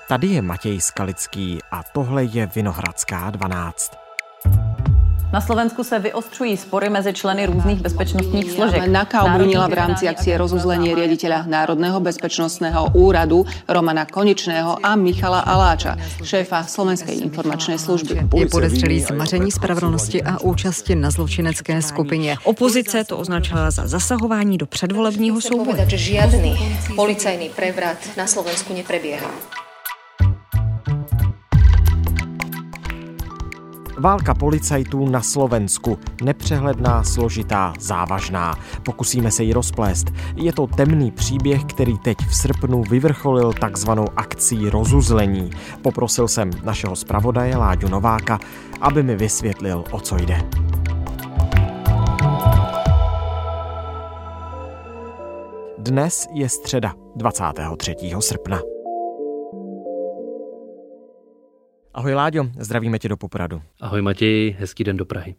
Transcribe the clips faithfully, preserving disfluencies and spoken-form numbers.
Tady je Matěj Skalický a tohle je Vinohradská dvanáct. Na Slovensku se vyostřují spory mezi členy různých bezpečnostních složek. NAKA obvinila v rámci akcie rozuzlenie riaditeľa Národného bezpečnostného úradu Romana Koničného a Michala Aláča, šéfa Slovenskej informačnej služby. Je podezřelý z maření spravedlnosti a účasti na zločinecké skupině. Opozice to označila za zasahování do předvolebního souboje. Povedať, že žiadny policajný prevrat na Slovensku neprebieha. Válka policajtů na Slovensku. Nepřehledná, složitá, závažná. Pokusíme se ji rozplést. Je to temný příběh, který teď v srpnu vyvrcholil takzvanou akcí rozuzlení. Poprosil jsem našeho zpravodaje Láďu Nováka, aby mi vysvětlil, o co jde. Dnes je středa, dvacátého třetího srpna. Ahoj Láďo, zdravíme tě do Popradu. Ahoj Matěj, hezký den do Prahy.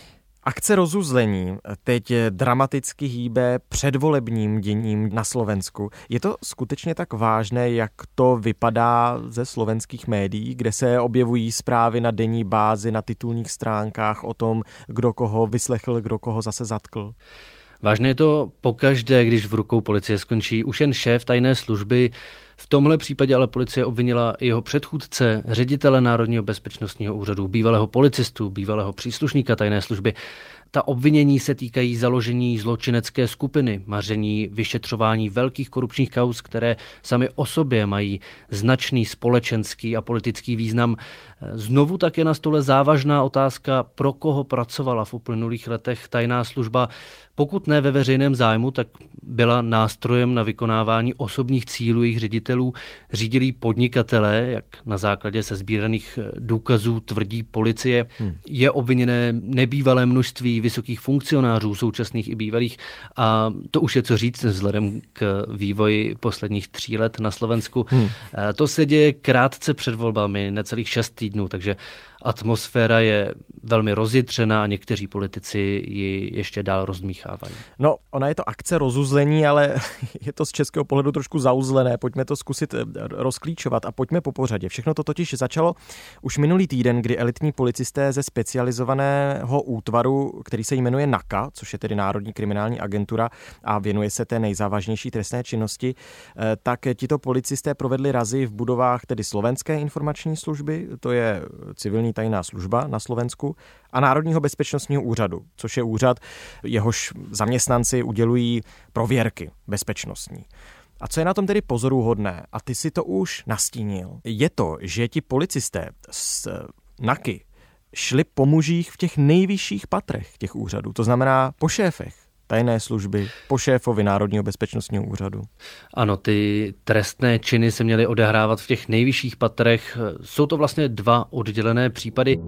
Akce rozuzlení teď dramaticky hýbe předvolebním děním na Slovensku. Je to skutečně tak vážné, jak to vypadá ze slovenských médií, kde se objevují zprávy na denní bázi, na titulních stránkách o tom, kdo koho vyslechl, kdo koho zase zatkl? Vážné je to pokaždé, když v rukou policie skončí už jen šéf tajné služby. V tomhle případě ale policie obvinila jeho předchůdce, ředitele Národního bezpečnostního úřadu, bývalého policistu, bývalého příslušníka tajné služby. Ta obvinění se týkají založení zločinecké skupiny, maření, vyšetřování velkých korupčních kauz, které sami o sobě mají značný společenský a politický význam. Znovu tak je na stole závažná otázka, pro koho pracovala v uplynulých letech tajná služba. Pokud ne ve veřejném zájmu, tak byla nástrojem na vykonávání osobních cílů jejich ředitelů, řídili podnikatelé, jak na základě sesbíraných důkazů tvrdí policie. Hmm. Je obviněné nebývalé množství vysokých funkcionářů, současných i bývalých, a to už je co říct vzhledem k vývoji posledních tří let na Slovensku. Hmm. To se děje krátce před volbami, necelých šest týdnů, takže atmosféra je velmi rozjitřená a někteří politici ji ještě dál rozdmíchávají. No, ona je to akce rozuzlení, ale je to z českého pohledu trošku zauzlené. Pojďme to zkusit rozklíčovat a pojďme po pořadě. Všechno to totiž začalo už minulý týden, kdy elitní policisté ze specializovaného útvaru, který se jmenuje NAKA, což je tedy Národní kriminální agentura a věnuje se té nejzávažnější trestné činnosti, tak tito policisté provedli razy v budovách tedy Slovenské informační služby, to je civilní tajná služba na Slovensku, a Národního bezpečnostního úřadu, což je úřad, jehož zaměstnanci udělují prověrky bezpečnostní. A co je na tom tedy pozoruhodné, a ty si to už nastínil, je to, že ti policisté z NAKY šli po mužích v těch nejvyšších patrech těch úřadů, to znamená po šéfech tajné služby, po šéfovi Národního bezpečnostního úřadu. Ano, ty trestné činy se měly odehrávat v těch nejvyšších patrech. Jsou to vlastně dva oddělené případy.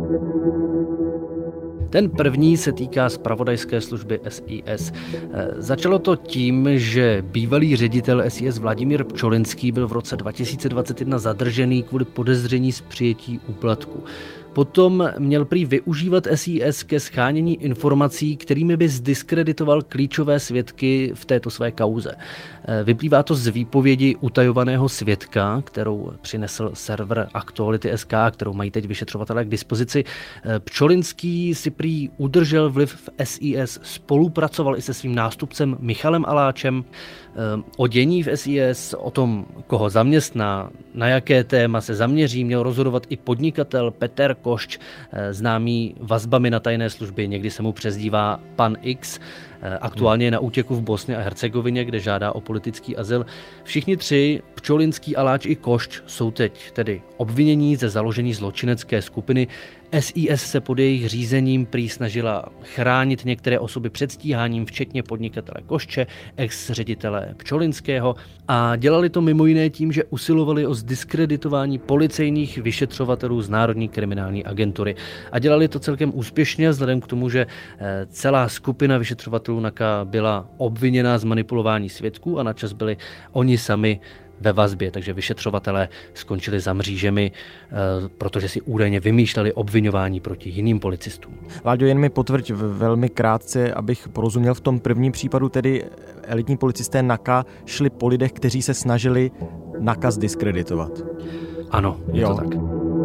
Ten první se týká zpravodajské služby S I S. Začalo to tím, že bývalý ředitel S I S Vladimír Pčolinský byl v roce dva tisíce dvacet jedna zadržený kvůli podezření z přijetí úplatku. Potom měl prý využívat S I S ke shánění informací, kterými by zdiskreditoval klíčové svědky v této své kauze. Vyplývá to z výpovědi utajovaného svědka, kterou přinesl server Aktuality tečka es ká, kterou mají teď vyšetřovatelé k dispozici. Pčolinský si prý udržel vliv v S I S, spolupracoval i se svým nástupcem Michalem Aláčem. O dění v S I S, o tom, koho zaměstná, na jaké téma se zaměří, měl rozhodovat i podnikatel Peter Košč, známý vazbami na tajné služby, někdy se mu přezdívá Pan X. Aktuálně je na útěku v Bosně a Hercegovině, kde žádá o politický azyl. Všichni tři, Pčolinský, Aláč i Košč, jsou teď tedy obvinění ze založení zločinecké skupiny. S I S se pod jejich řízením prý snažila chránit některé osoby před stíháním, včetně podnikatele Košče, ex-ředitele Pčolinského, a dělali to mimo jiné tím, že usilovali o zdiskreditování policejních vyšetřovatelů z Národní kriminální agentury. A dělali to celkem úspěšně, vzhledem k tomu, že celá skupina vyšetřovatelů NAKA byla obviněná z manipulování svědků a načas byli oni sami ve vazbě, takže vyšetřovatelé skončili za mřížemi, protože si údajně vymýšleli obviňování proti jiným policistům. Láďo, jen mi potvrď velmi krátce, abych porozuměl, v tom prvním případu tedy elitní policisté NAKA šli po lidech, kteří se snažili nakaz diskreditovat. Ano, je jo. to tak.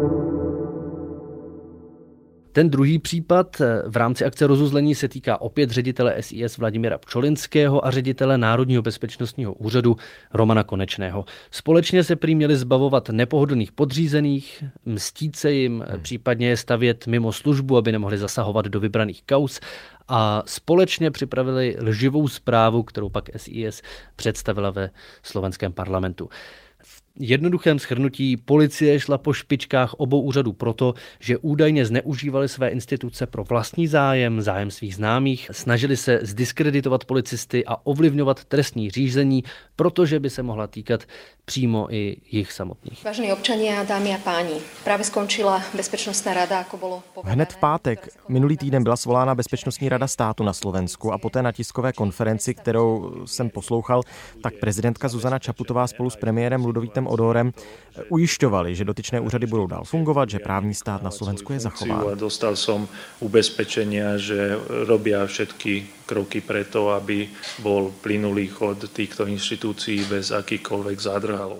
Ten druhý případ v rámci akce rozuzlení se týká opět ředitele S I S Vladimíra Pčolinského a ředitele Národního bezpečnostního úřadu Romana Konečného. Společně se prý měli zbavovat nepohodlných podřízených, mstít se jim, případně je stavět mimo službu, aby nemohli zasahovat do vybraných kauz, a společně připravili lživou zprávu, kterou pak S I S představila ve slovenském parlamentu. V jednoduchém shrnutí policie šla po špičkách obou úřadů proto, že údajně zneužívali své instituce pro vlastní zájem, zájem svých známých, snažili se zdiskreditovat policisty a ovlivňovat trestní řízení, protože by se mohla týkat přímo i jich samotných. Vážení občania, dámy a páni, právě skončila bezpečnostná rada, jako bylo povedané. Hned v pátek minulý týden byla svolána Bezpečnostní rada státu na Slovensku a poté na tiskové konferenci, kterou jsem poslouchal, tak prezidentka Zuzana Čaputová spolu s premiérem Ludovítem Odorem ujišťovali, že dotyčné úřady budou dál fungovat, že právní stát na Slovensku je zachován. A dostal som ubezpečenia, že robia všetky kroky preto, aby bol plynulý chod týchto inštitúcií bez akýkoľvek zádrhalov.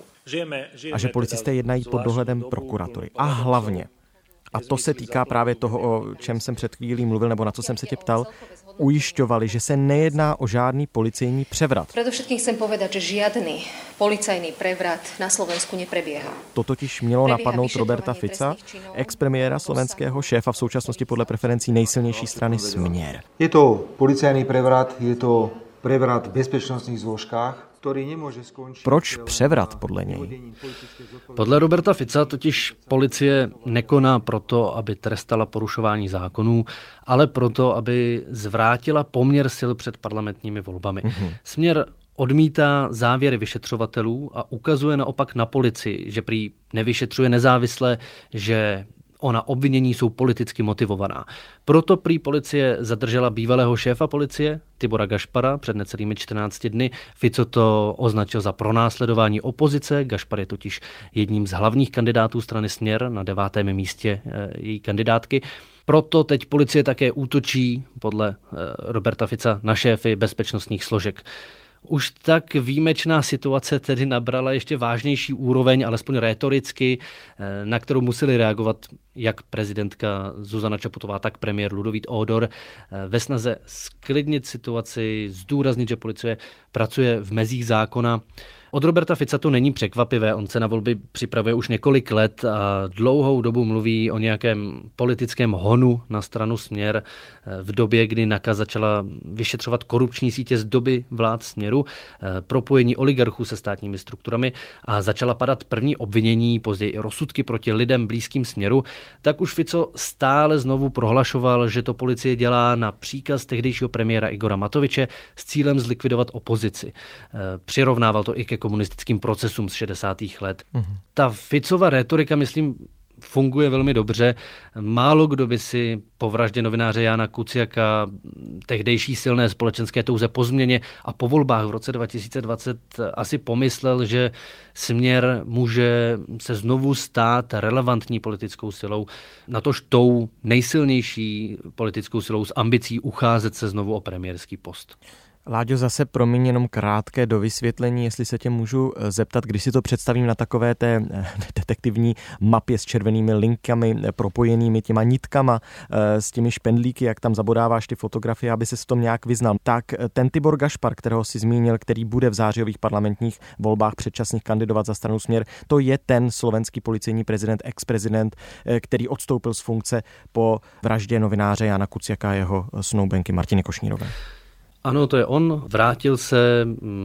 A že policisté jednají pod dohledem prokuratury. A hlavně, a to se týká právě toho, o čem jsem před chvílí mluvil, nebo na co jsem se tě ptal, ujišťovali, že se nejedná o žádný policejní převrat. Predovšetkým chcem povedať, že žiadny policajný prevrat na Slovensku neprebieha. To totiž mělo napadnout Roberta Fica, ex-premiéra slovenského, šéfa v současnosti podle preferencí nejsilnější strany Směr. Je to policajný prevrat, je to prevrat v bezpečnostních zložkách, který nemůže skončit. Proč převrat podle něj? Podle Roberta Fica totiž policie nekoná proto, aby trestala porušování zákonů, ale proto, aby zvrátila poměr sil před parlamentními volbami. Mm-hmm. Směr odmítá závěry vyšetřovatelů a ukazuje naopak na policii, že prý nevyšetřuje nezávisle, že ona obvinění jsou politicky motivovaná. Proto prý policie zadržela bývalého šéfa policie, Tibora Gašpara, před necelými čtrnácti dny. Fico to označil za pronásledování opozice. Gašpar je totiž jedním z hlavních kandidátů strany Směr na devátém místě její kandidátky. Proto teď policie také útočí, podle Roberta Fica, na šéfy bezpečnostních složek. Už tak výjimečná situace tedy nabrala ještě vážnější úroveň, alespoň rétoricky, na kterou museli reagovat jak prezidentka Zuzana Čaputová, tak premiér Ludovít Odor ve snaze sklidnit situaci, zdůraznit, že policie pracuje v mezích zákona. Od Roberta Fica to není překvapivé, on se na volby připravuje už několik let a dlouhou dobu mluví o nějakém politickém honu na stranu Směr v době, kdy NAKA začala vyšetřovat korupční sítě z doby vlád Směru, propojení oligarchů se státními strukturami a začala padat první obvinění, později i rozsudky proti lidem blízkým Směru, tak už Fico stále znovu prohlašoval, že to policie dělá na příkaz tehdejšího premiéra Igora Matoviče s cílem zlikvidovat opozici. Přirovnával to i ke komunistickým procesům z šedesátých let. Uhum. Ta Ficova rétorika, myslím, funguje velmi dobře. Málo kdo by si po vraždě novináře Jána Kuciaka, tehdejší silné společenské touze po změně a po volbách v roce dva tisíce dvacet asi pomyslel, že Směr může se znovu stát relevantní politickou silou, natož tou nejsilnější politickou silou s ambicí ucházet se znovu o premiérský post. Láďo, zase promiň jenom krátké dovysvětlení, jestli se tě můžu zeptat, když si to představím na takové té detektivní mapě s červenými linkami, propojenými těma nitkama, s těmi špendlíky, jak tam zabodáváš ty fotografie, aby se s tom nějak vyznal. Tak ten Tibor Gašpar, kterého si zmínil, který bude v zářijových parlamentních volbách předčasných kandidovat za stranu Směr, to je ten slovenský policejní prezident, ex-prezident, který odstoupil z funkce po vraždě novináře Jana Kuciaka a jeho snoubenky Martiny Košnírové. Ano, to je on. Vrátil se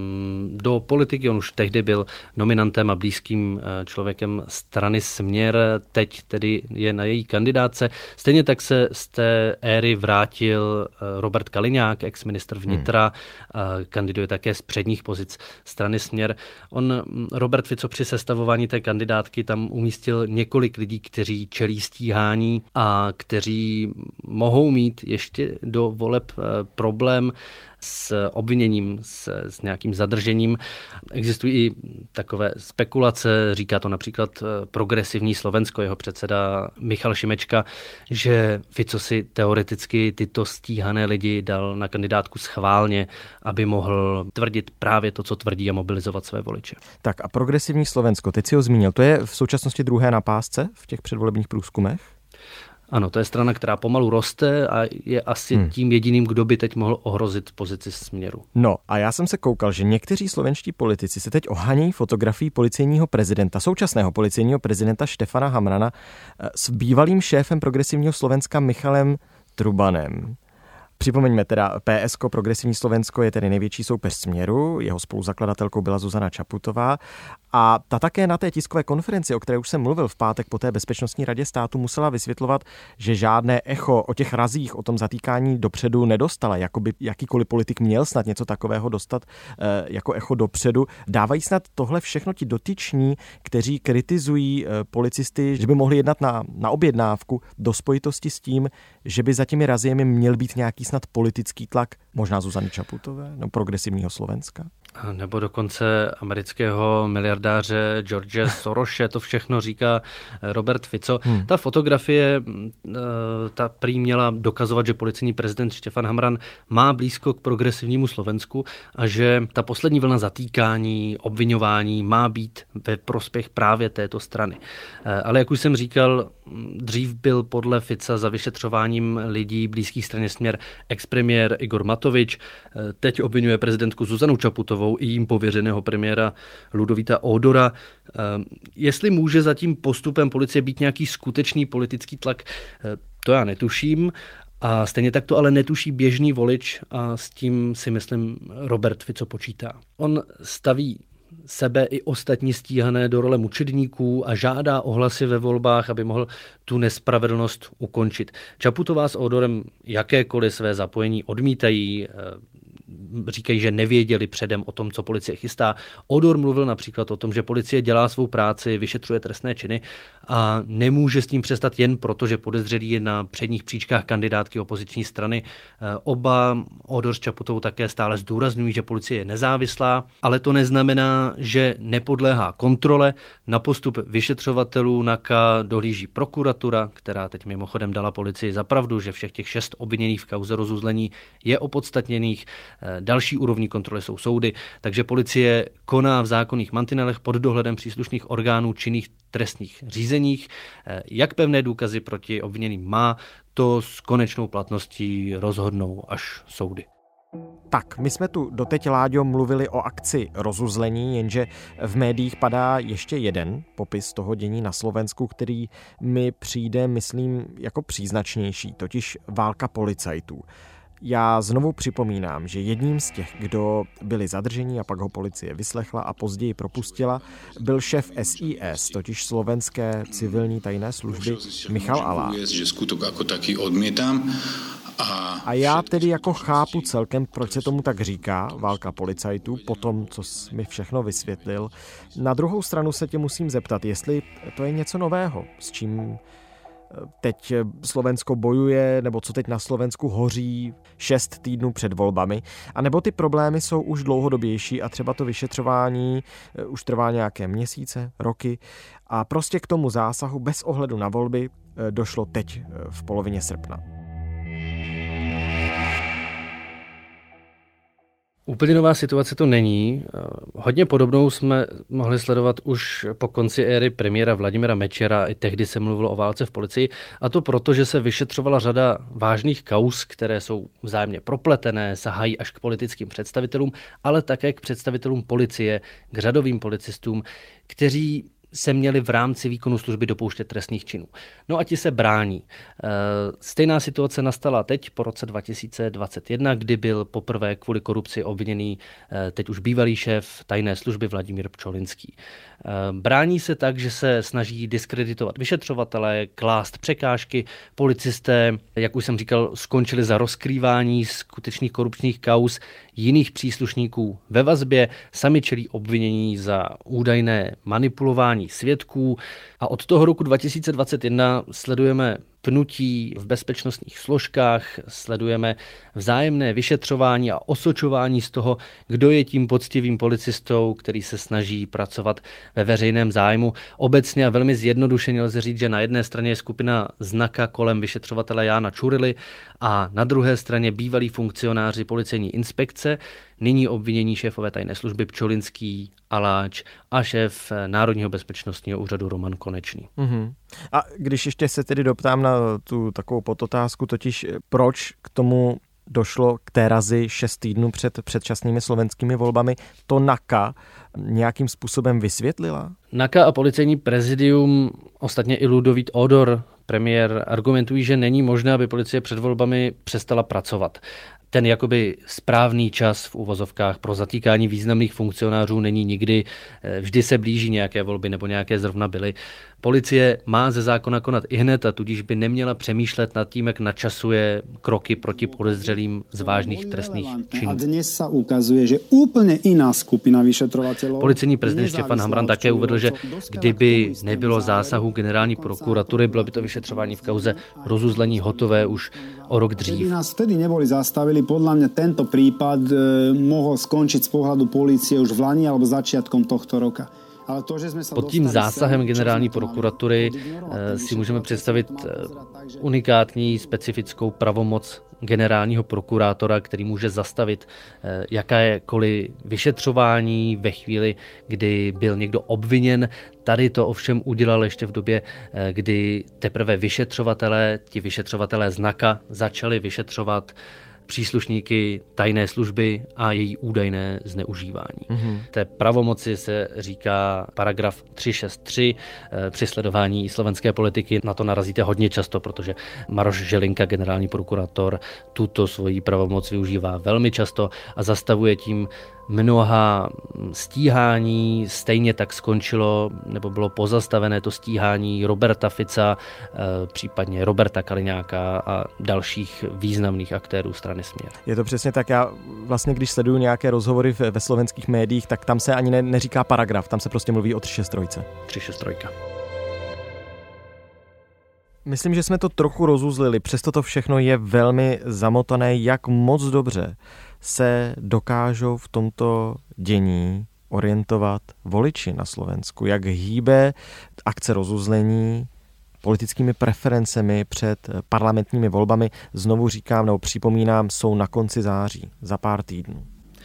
do politiky, on už tehdy byl nominantem a blízkým člověkem strany Směr, teď tedy je na její kandidátce. Stejně tak se z té éry vrátil Robert Kaliňák, ex-ministr vnitra, hmm. kandiduje také z předních pozic strany Směr. On, Robert Fico, při sestavování té kandidátky tam umístil několik lidí, kteří čelí stíhání a kteří mohou mít ještě do voleb problém s obviněním, s, s nějakým zadržením. Existují i takové spekulace, říká to například Progresivní Slovensko, jeho předseda Michal Šimečka, že Fico si teoreticky tyto stíhané lidi dal na kandidátku schválně, aby mohl tvrdit právě to, co tvrdí a mobilizovat své voliče. Tak a Progresivní Slovensko, teď si ho zmínil, to je v současnosti druhé na pásce v těch předvolebních průzkumech? Ano, to je strana, která pomalu roste a je asi hmm. tím jediným, kdo by teď mohl ohrozit pozici Směru. No a já jsem se koukal, že někteří slovenští politici se teď ohánějí fotografií policejního prezidenta, současného policejního prezidenta Štefana Hamrana s bývalým šéfem Progresivního Slovenska Michalem Trubanem. Připomeňme teda, P S ko Progresivní Slovensko je tedy největší soupeř Směru, jeho spoluzakladatelkou byla Zuzana Čaputová a ta také na té tiskové konferenci, o které už jsem mluvil v pátek po té Bezpečnostní radě státu, musela vysvětlovat, že žádné echo o těch razích, o tom zatýkání dopředu nedostala, jako by jakýkoliv politik měl snad něco takového dostat e, jako echo dopředu. Dávají snad tohle všechno ti dotyční, kteří kritizují e, policisty, že by mohli jednat na, na objednávku do spojitosti s tím, že by za těmi raziemi měl být nějaký snad politický tlak, možná Zuzany Čaputové, no Progresivního Slovenska. Nebo dokonce amerického miliardáře George Sorose, to všechno říká Robert Fico. Hmm. Ta fotografie, ta prý měla dokazovat, že policejní prezident Štefan Hamran má blízko k Progresivnímu Slovensku a že ta poslední vlna zatýkání, obviňování má být ve prospěch právě této strany. Ale jak už jsem říkal, dřív byl podle Fica za vyšetřováním lidí blízkých straně Směr expremiér Igor Matovič, teď obvinuje prezidentku Zuzanu Čaputovou i jím pověřeného premiéra Ludovíta Ódora. Jestli může za tím postupem policie být nějaký skutečný politický tlak, to já netuším. A stejně tak to ale netuší běžný volič a s tím si myslím Robert Fico počítá. On staví sebe i ostatní stíhané do role mučedníků a žádá ohlasy ve volbách, aby mohl tu nespravedlnost ukončit. Čaputová s Ódorem jakékoliv své zapojení odmítají, říkají, že nevěděli předem o tom, co policie chystá. Ódor mluvil například o tom, že policie dělá svou práci, vyšetřuje trestné činy a nemůže s tím přestat jen proto, že podezřelý je na předních příčkách kandidátky opoziční strany. Oba, Ódor s Čaputovou, také stále zdůrazňují, že policie je nezávislá, ale to neznamená, že nepodléhá kontrole. Na postup vyšetřovatelů NAKA dohlíží prokuratura, která teď mimochodem dala policii za pravdu, že všech těch šest obviněných v kauze rozuzlení je opodstatněných. Další úrovní kontroly jsou soudy, takže policie koná v zákonných mantinelech pod dohledem příslušných orgánů činných trestních řízeních. Jak pevné důkazy proti obviněným má, to s konečnou platností rozhodnou až soudy. Tak, my jsme tu doteď, Láďo, mluvili o akci rozuzlení, jenže v médiích padá ještě jeden popis toho dění na Slovensku, který mi přijde, myslím, jako příznačnější, totiž válka policajtů. Já znovu připomínám, že jedním z těch, kdo byli zadrženi a pak ho policie vyslechla a později propustila, byl šéf S I S, totiž slovenské civilní tajné služby Michal Aláč. A já tedy jako chápu celkem, proč se tomu tak říká, válka policajtů, po tom, co jsi mi všechno vysvětlil. Na druhou stranu se tě musím zeptat, jestli to je něco nového, s čím teď Slovensko bojuje, nebo co teď na Slovensku hoří šest týdnů před volbami, a nebo ty problémy jsou už dlouhodobější a třeba to vyšetřování už trvá nějaké měsíce, roky a prostě k tomu zásahu bez ohledu na volby došlo teď v polovině srpna. Úplně nová situace to není. Hodně podobnou jsme mohli sledovat už po konci éry premiéra Vladimira Mečera. I tehdy se mluvilo o válce v policii. A to proto, že se vyšetřovala řada vážných kauz, které jsou vzájemně propletené, sahají až k politickým představitelům, ale také k představitelům policie, k řadovým policistům, kteří se měli v rámci výkonu služby dopouštět trestných činů. No a ti se brání. Stejná situace nastala teď po roce dva tisíce dvacet jedna, kdy byl poprvé kvůli korupci obviněný teď už bývalý šéf tajné služby Vladimír Pčolinský. Brání se tak, že se snaží diskreditovat vyšetřovatele, klást překážky. Policisté, jak už jsem říkal, skončili za rozkrývání skutečných korupčních kauz jiných příslušníků ve vazbě, sami čelí obvinění za údajné manipulování svědků a od toho roku dva tisíce dvacet jedna sledujeme pnutí v bezpečnostních složkách, sledujeme vzájemné vyšetřování a osočování z toho, kdo je tím poctivým policistou, který se snaží pracovat ve veřejném zájmu. Obecně a velmi zjednodušeně lze říct, že na jedné straně je skupina Znaka kolem vyšetřovatele Jána Čurily a na druhé straně bývalí funkcionáři policejní inspekce, nyní obvinění šéfové tajné služby Pčolinský, Aláč a šéf Národního bezpečnostního úřadu Roman Konečný. Mm-hmm. A když ještě se tedy doptám na tu takovou podotázku, totiž proč k tomu došlo k té razi šest týdnů před předčasnými slovenskými volbami, to NAKA nějakým způsobem vysvětlila? NAKA a policejní prezidium, ostatně i Ludovít Odor, premiér, argumentují, že není možné, aby policie před volbami přestala pracovat. Ten jakoby správný čas v uvozovkách pro zatýkání významných funkcionářů není nikdy, vždy se blíží nějaké volby nebo nějaké zrovna byly. Policie má ze zákona konat ihned a tudíž by neměla přemýšlet nad tím, jak načasuje kroky proti podezřelým z vážných trestných činů. A dnes se ukazuje, že úplně jiná skupina vyšetrovatelů. Policejní prezident Štefan Hamran také uvedl, že kdyby nebylo zásahu generální prokuratury, bylo by to vyšetřování v kauze rozuzlení hotové už o rok dřív. Kdyby nás vtedy neboli zastavili, podľa mňa tento prípad e, mohol skončiť z pohľadu polície už v lani alebo začiatkom tohto roka. Ale to, že sme sa Pod tím zásahem sem, generální prokuratury si můžeme představit unikátní specifickou pravomoc generálního prokurátora, který může zastavit jakékoliv vyšetřování ve chvíli, kdy byl někdo obviněn. Tady to ovšem udělal ještě v době, kdy teprve vyšetřovatelé, ti vyšetřovatelé Znaka začali vyšetřovat příslušníky tajné služby a její údajné zneužívání. Mm-hmm. Té pravomoci se říká paragraf tři šest tři při sledování slovenské politiky. Na to narazíte hodně často, protože Maroš Želinka, generální prokurátor, tuto svoji pravomoc využívá velmi často a zastavuje tím mnoha stíhání. Stejně tak skončilo nebo bylo pozastavené to stíhání Roberta Fica, případně Roberta Kaliňáka a dalších významných aktérů strany Směr. Je to přesně tak. Já vlastně, když sleduju nějaké rozhovory ve slovenských médiích, tak tam se ani ne, neříká paragraf, tam se prostě mluví o tři šest tři. tři šest tři. Myslím, že jsme to trochu rozuzlili, přesto to všechno je velmi zamotané, jak moc dobře se dokážou v tomto dění orientovat voliči na Slovensku, jak hýbe akce rozuzlení politickými preferencemi před parlamentními volbami. Znovu říkám, nebo připomínám, jsou na konci září, za pár týdnů.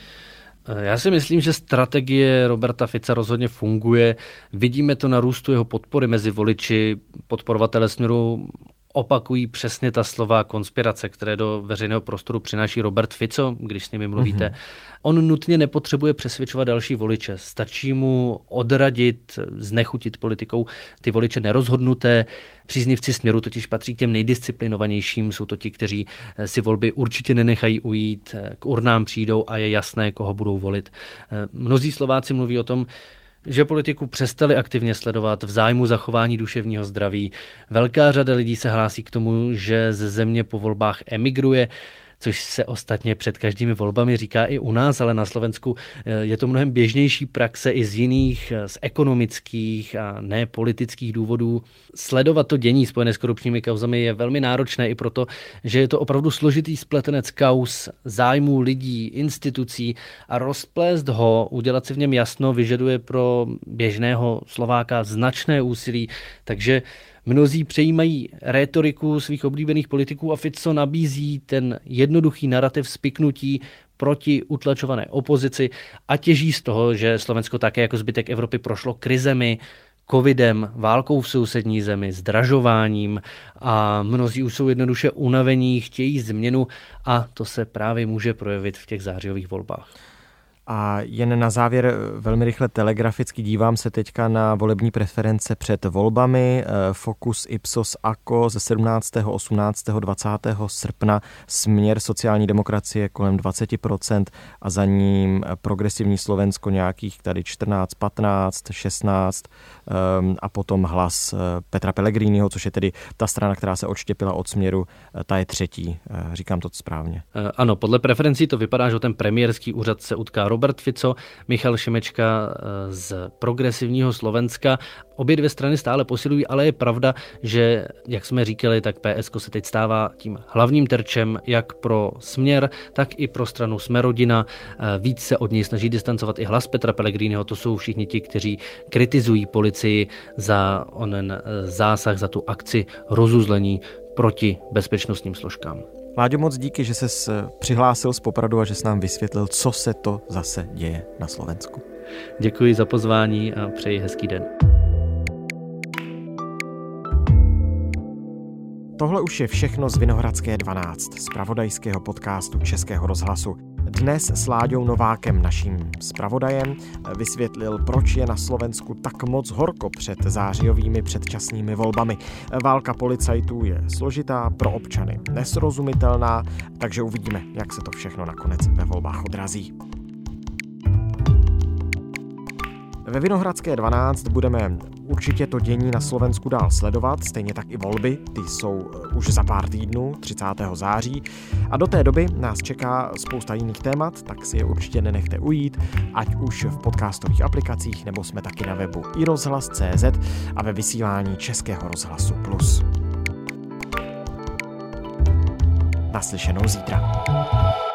Já si myslím, že strategie Roberta Fica rozhodně funguje. Vidíme to na růstu jeho podpory mezi voliči. Podporovatele Směru opakují přesně ta slova konspirace, které do veřejného prostoru přináší Robert Fico, když s nimi mluvíte. Mm-hmm. On nutně nepotřebuje přesvědčovat další voliče. Stačí mu odradit, znechutit politikou ty voliče nerozhodnuté. Příznivci Směru totiž patří k těm nejdisciplinovanějším. Jsou to ti, kteří si volby určitě nenechají ujít, k urnám přijdou a je jasné, koho budou volit. Mnozí Slováci mluví o tom, že politiku přestali aktivně sledovat v zájmu zachování duševního zdraví. Velká řada lidí se hlásí k tomu, že ze země po volbách emigruje, což se ostatně před každými volbami říká i u nás, ale na Slovensku je to mnohem běžnější praxe i z jiných, z ekonomických a ne politických důvodů. Sledovat to dění spojené s korupčními kauzami je velmi náročné i proto, že je to opravdu složitý spletenec kauz, zájmů lidí, institucí a rozplést ho, udělat si v něm jasno, vyžaduje pro běžného Slováka značné úsilí, takže mnozí přejímají rétoriku svých oblíbených politiků a Fico nabízí ten jednoduchý narrativ spiknutí proti utlačované opozici a těží z toho, že Slovensko také jako zbytek Evropy prošlo krizemi, covidem, válkou v sousední zemi, zdražováním a mnozí už jsou jednoduše unavení, chtějí změnu a to se právě může projevit v těch zářijových volbách. A jen na závěr velmi rychle telegraficky dívám se teďka na volební preference před volbami. Focus Ipsos Ako ze sedmnáctého, osmnáctého, dvacátého srpna, Směr sociální demokracie kolem dvacet procent a za ním Progresivní Slovensko nějakých tady čtrnáct, patnáct, šestnáct a potom Hlas Petra Pellegriniho, což je tedy ta strana, která se odštěpila od Směru, ta je třetí. Říkám to správně. Ano, podle preferencí to vypadá, že ten premiérský úřad se utká Robert Fico, Michal Šimečka z Progresivního Slovenska. Obě dvě strany stále posilují, ale je pravda, že, jak jsme říkali, tak P S ko se teď stává tím hlavním terčem jak pro Směr, tak i pro stranu Smerodina. Víc se od něj snaží distancovat i hlas Petra Pellegriniho. To jsou všichni ti, kteří kritizují policii za onen zásah, za tu akci rozuzlení proti bezpečnostním složkám. Láďo, moc díky, že ses přihlásil z Popradu a že jsi nám vysvětlil, co se to zase děje na Slovensku. Děkuji za pozvání a přeji hezký den. Tohle už je všechno z Vinohradské dvanáct, z zpravodajského podcastu Českého rozhlasu. Dnes s Láďou Novákem, naším zpravodajem, vysvětlil, proč je na Slovensku tak moc horko před zářijovými předčasnými volbami. Válka policajtů je složitá, pro občany nesrozumitelná, takže uvidíme, jak se to všechno nakonec ve volbách odrazí. Ve Vinohradské dvanáct budeme určitě to dění na Slovensku dál sledovat, stejně tak i volby, ty jsou už za pár týdnů, třicátého září. A do té doby nás čeká spousta jiných témat, tak si je určitě nenechte ujít, ať už v podcastových aplikacích, nebo jsme taky na webu i rozhlas tečka cé zet a ve vysílání Českého rozhlasu Plus. Naslyšenou zítra.